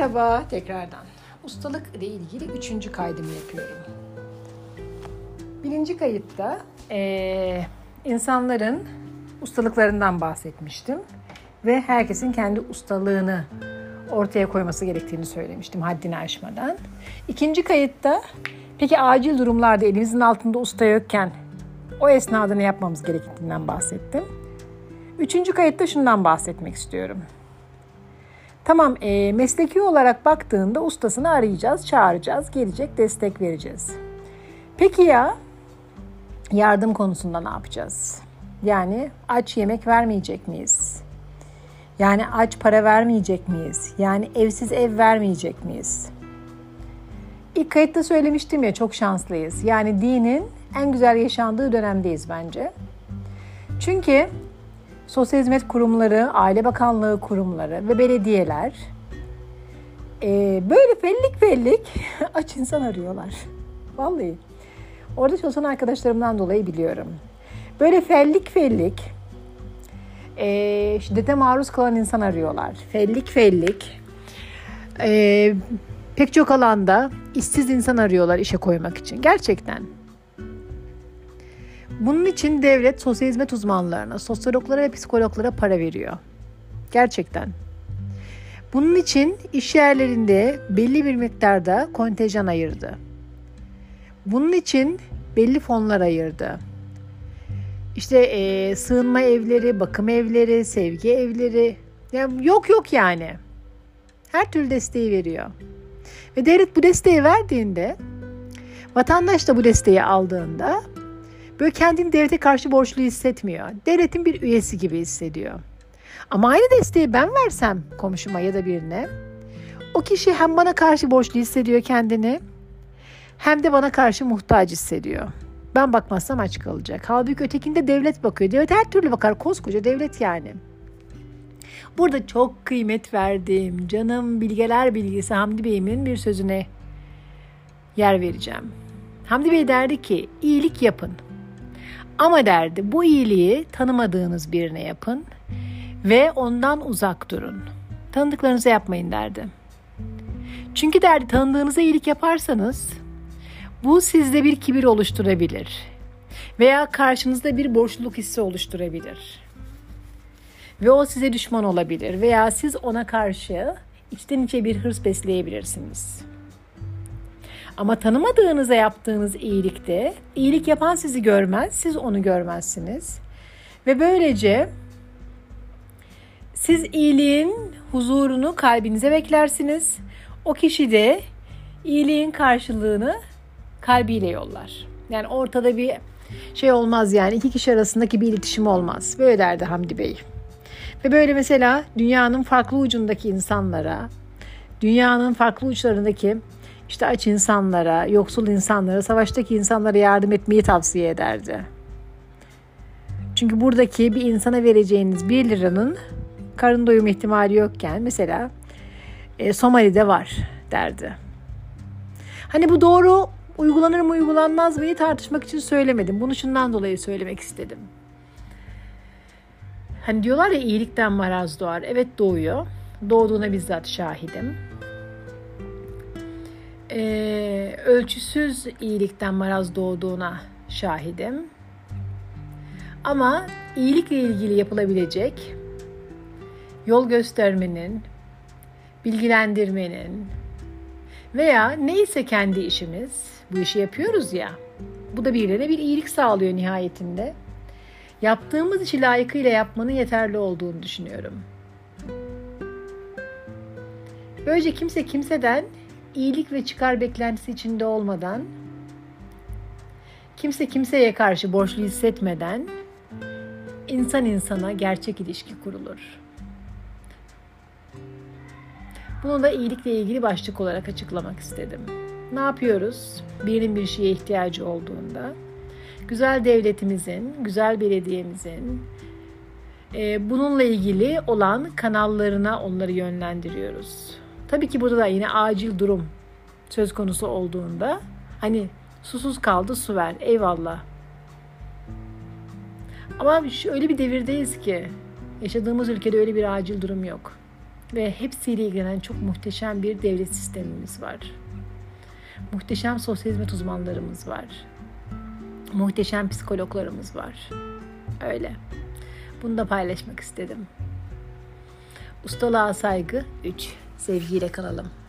Merhaba tekrardan. Ustalık ile ilgili 3. kaydımı yapıyorum. 1. kayıtta insanların ustalıklarından bahsetmiştim. Ve herkesin kendi ustalığını ortaya koyması gerektiğini söylemiştim haddini aşmadan. 2. kayıtta peki acil durumlarda elimizin altında usta yokken o esnada ne yapmamız gerektiğinden bahsettim. 3. kayıtta şundan bahsetmek istiyorum. Tamam, mesleki olarak baktığında ustasını arayacağız, çağıracağız, gelecek, destek vereceğiz. Peki ya yardım konusunda ne yapacağız? Yani aç yemek vermeyecek miyiz? Yani aç para vermeyecek miyiz? Yani evsiz ev vermeyecek miyiz? İlk kayıtta söylemiştim ya, çok şanslıyız. Yani dinin en güzel yaşandığı dönemdeyiz bence. Çünkü sosyal hizmet kurumları, Aile Bakanlığı kurumları ve belediyeler böyle fellik aç insan arıyorlar. Vallahi. Orada çalışan arkadaşlarımdan dolayı biliyorum. Böyle fellik şiddete maruz kalan insan arıyorlar. Fellik pek çok alanda işsiz insan arıyorlar işe koymak için. Gerçekten. Bunun için devlet sosyal hizmet uzmanlarına, sosyologlara ve psikologlara para veriyor. Gerçekten. Bunun için iş yerlerinde belli bir miktarda kontenjan ayırdı. Bunun için belli fonlar ayırdı. İşte sığınma evleri, bakım evleri, sevgi evleri. Yani yok yani. Her türlü desteği veriyor. Ve devlet bu desteği verdiğinde, vatandaş da bu desteği aldığında böyle kendini devlete karşı borçlu hissetmiyor. Devletin bir üyesi gibi hissediyor. Ama aynı desteği ben versem komşuma ya da birine, o kişi hem bana karşı borçlu hissediyor kendini, hem de bana karşı muhtaç hissediyor. Ben bakmazsam aç kalacak. Halbuki ötekinde devlet bakıyor. Devlet her türlü bakar. Koskoca devlet yani. Burada çok kıymet verdiğim canım bilgeler bilgisi Hamdi Bey'imin bir sözüne yer vereceğim. Hamdi Bey derdi ki iyilik yapın. Ama derdi bu iyiliği tanımadığınız birine yapın ve ondan uzak durun. Tanıdıklarınıza yapmayın derdi. Çünkü derdi tanıdığınıza iyilik yaparsanız bu sizde bir kibir oluşturabilir veya karşınızda bir borçluluk hissi oluşturabilir. Ve o size düşman olabilir veya siz ona karşı içten içe bir hırs besleyebilirsiniz. Ama tanımadığınıza yaptığınız iyilikte iyilik yapan sizi görmez, siz onu görmezsiniz. Ve böylece siz iyiliğin huzurunu kalbinize beklersiniz. O kişi de iyiliğin karşılığını kalbiyle yollar. Yani ortada bir şey olmaz yani. İki kişi arasındaki bir iletişim olmaz. Böyle derdi Hamdi Bey. Ve böyle mesela dünyanın farklı ucundaki insanlara, dünyanın farklı uçlarındaki işte aç insanlara, yoksul insanlara, savaştaki insanlara yardım etmeyi tavsiye ederdi. Çünkü buradaki bir insana vereceğiniz 1 liranın karın doyum ihtimali yokken mesela Somali'de var derdi. Hani bu doğru uygulanır mı uygulanmaz mı tartışmak için söylemedim. Bunu şundan dolayı söylemek istedim. Hani diyorlar ya iyilikten maraz doğar. Evet doğuyor. Doğduğuna bizzat şahidim. Ölçüsüz iyilikten maraz doğduğuna şahidim. Ama iyilikle ilgili yapılabilecek yol göstermenin, bilgilendirmenin veya neyse kendi işimiz, bu işi yapıyoruz ya, bu da birilerine bir iyilik sağlıyor nihayetinde. Yaptığımız işi layıkıyla yapmanın yeterli olduğunu düşünüyorum. Böylece kimse kimseden iyilik ve çıkar beklentisi içinde olmadan, kimse kimseye karşı borçlu hissetmeden insan insana gerçek ilişki kurulur. Bunu da iyilikle ilgili başlık olarak açıklamak istedim. Ne yapıyoruz? Birinin bir şeye ihtiyacı olduğunda, güzel devletimizin, güzel belediyemizin bununla ilgili olan kanallarına onları yönlendiriyoruz. Tabii ki burada da yine acil durum söz konusu olduğunda hani susuz kaldı su ver, eyvallah. Ama öyle bir devirdeyiz ki yaşadığımız ülkede öyle bir acil durum yok. Ve hepsiyle ilgilenen çok muhteşem bir devlet sistemimiz var. Muhteşem sosyal hizmet uzmanlarımız var. Muhteşem psikologlarımız var. Öyle. Bunu da paylaşmak istedim. Ustalığa saygı 3. Sevgiyle kalalım.